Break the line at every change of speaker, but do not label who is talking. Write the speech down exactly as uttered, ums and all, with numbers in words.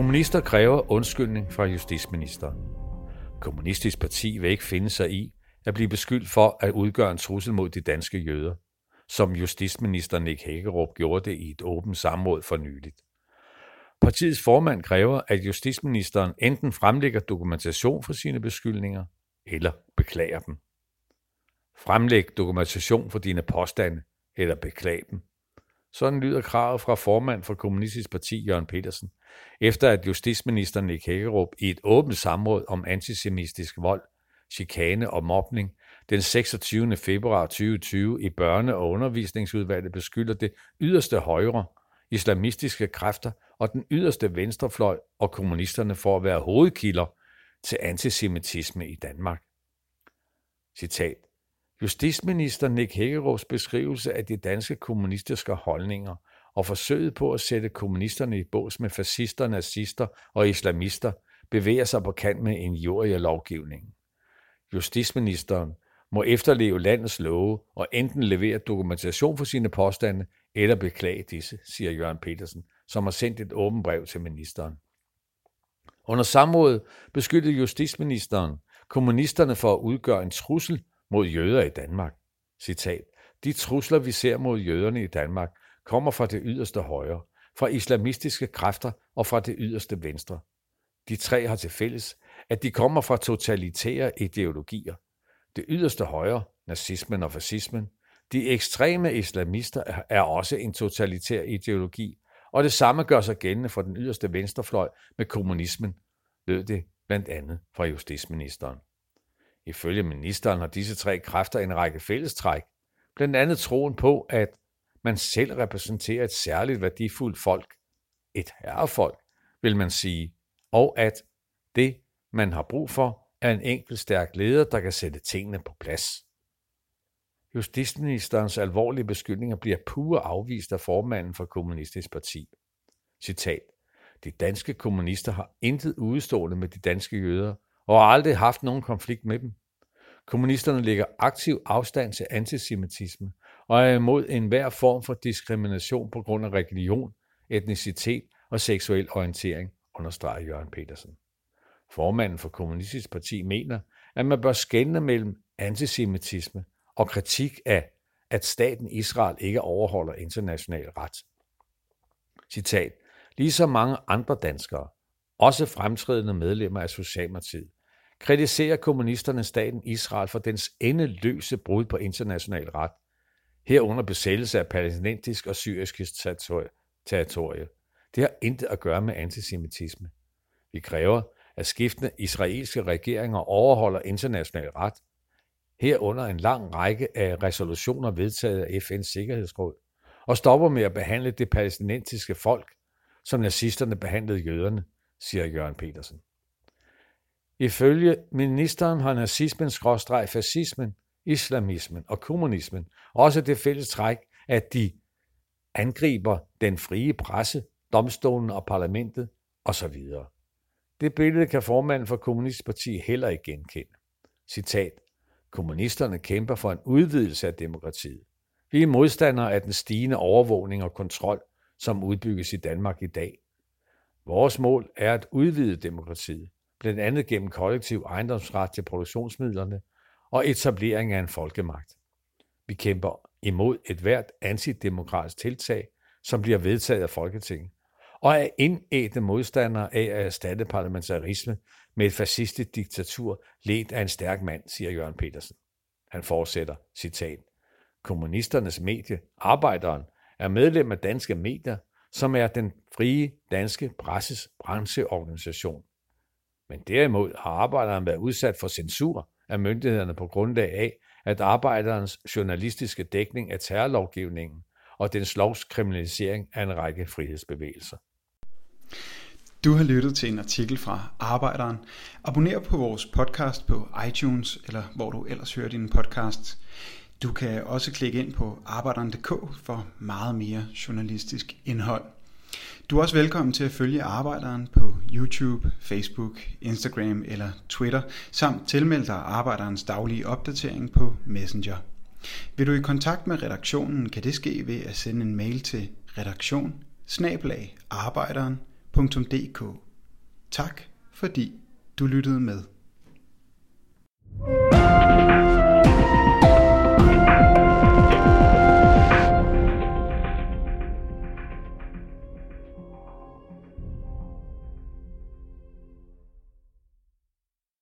Kommunister kræver undskyldning fra justitsministeren. Kommunistisk Parti vil ikke finde sig i at blive beskyldt for at udgøre en trussel mod de danske jøder, som justitsminister Nick Hækkerup gjorde det i et åbent samråd for nyligt. Partiets formand kræver, at justitsministeren enten fremlægger dokumentation for sine beskyldninger, eller beklager dem. Fremlæg dokumentation for dine påstande, eller beklag dem. Sådan lyder kravet fra formand for Kommunistisk Parti Jørgen Petersen, efter at justitsminister Nick Hækkerup i et åbent samråd om antisemitisk vold, chikane og mobning den seksogtyvende februar tyve tyve i Børne- og Undervisningsudvalget beskylder det yderste højre, islamistiske kræfter og den yderste venstrefløj og kommunisterne for at være hovedkilder til antisemitisme i Danmark. Citat. Justitsminister Nick Hækkerups beskrivelse af de danske kommunistiske holdninger og forsøget på at sætte kommunisterne i bås med fascister, nazister og islamister bevæger sig på kant med injurielovgivningen. Justitsministeren må efterleve landets love og enten levere dokumentation for sine påstande eller beklage disse, siger Jørgen Petersen, som har sendt et åbent brev til ministeren. Under samrådet beskyldte justitsministeren kommunisterne for at udgøre en trussel mod jøder i Danmark. Citat. De trusler, vi ser mod jøderne i Danmark, kommer fra det yderste højre, fra islamistiske kræfter og fra det yderste venstre. De tre har til fælles, at de kommer fra totalitære ideologier. Det yderste højre, nazismen og fascismen, de ekstreme islamister er også en totalitær ideologi, og det samme gør sig gældende for den yderste venstrefløj med kommunismen, lød det blandt andet fra justitsministeren. Ifølge ministeren har disse tre kræfter en række fællestræk, blandt andet troen på, at man selv repræsenterer et særligt værdifuldt folk, et herrefolk, vil man sige, og at det, man har brug for, er en enkelt stærk leder, der kan sætte tingene på plads. Justitsministerens alvorlige beskyldninger bliver pure afvist af formanden for Kommunistisk Parti. Citat. De danske kommunister har intet udstående med de danske jøder og har aldrig haft nogen konflikt med dem. Kommunisterne lægger aktiv afstand til antisemitisme og er imod enhver form for diskrimination på grund af religion, etnicitet og seksuel orientering, understreger Jørgen Petersen. Formanden for Kommunistisk Parti mener, at man bør skelne mellem antisemitisme og kritik af, at staten Israel ikke overholder international ret. Citat. Ligesom mange andre danskere, også fremtrædende medlemmer af Socialdemokratiet, kritiserer kommunisterne staten Israel for dens endeløse brud på international ret, herunder besættelse af palæstinensisk og syrisk territorie. Det har intet at gøre med antisemitisme. Vi kræver, at skiftende israelske regeringer overholder international ret, herunder en lang række af resolutioner vedtaget af F N's Sikkerhedsråd, og stopper med at behandle det palæstinensiske folk, som nazisterne behandlede jøderne, siger Jørgen Petersen. Ifølge ministeren har nazismen, skråstreg fascismen, islamismen og kommunismen også det fælles træk, at de angriber den frie presse, domstolen og parlamentet osv. Det billede kan formanden for Kommunistisk Parti heller ikke genkende. Citat. Kommunisterne kæmper for en udvidelse af demokratiet. Vi er modstandere af den stigende overvågning og kontrol, som udbygges i Danmark i dag. Vores mål er at udvide demokratiet, blandt andet gennem kollektiv ejendomsret til produktionsmidlerne og etablering af en folkemagt. Vi kæmper imod et hvert antidemokratisk tiltag, som bliver vedtaget af Folketinget, og er indædte modstandere af at erstatte parlamentarisme med et fascistisk diktatur ledt af en stærk mand, siger Jørgen Petersen. Han fortsætter, citat, kommunisternes medie, Arbejderen, er medlem af Danske Medier, som er den frie danske presses brancheorganisation. Men derimod har Arbejderen været udsat for censur af myndighederne på grundlag af, at Arbejderens journalistiske dækning af terrorlovgivningen og dens lovs kriminalisering af en række frihedsbevægelser.
Du har lyttet til en artikel fra Arbejderen. Abonner på vores podcast på iTunes, eller hvor du ellers hører din podcast. Du kan også klikke ind på arbejderen punktum d k for meget mere journalistisk indhold. Du er også velkommen til at følge Arbejderen på YouTube, Facebook, Instagram eller Twitter, samt tilmelde dig Arbejderens daglige opdatering på Messenger. Vil du i kontakt med redaktionen, kan det ske ved at sende en mail til redaktion bindestreg arbejderen punktum d k. Tak fordi du lyttede med.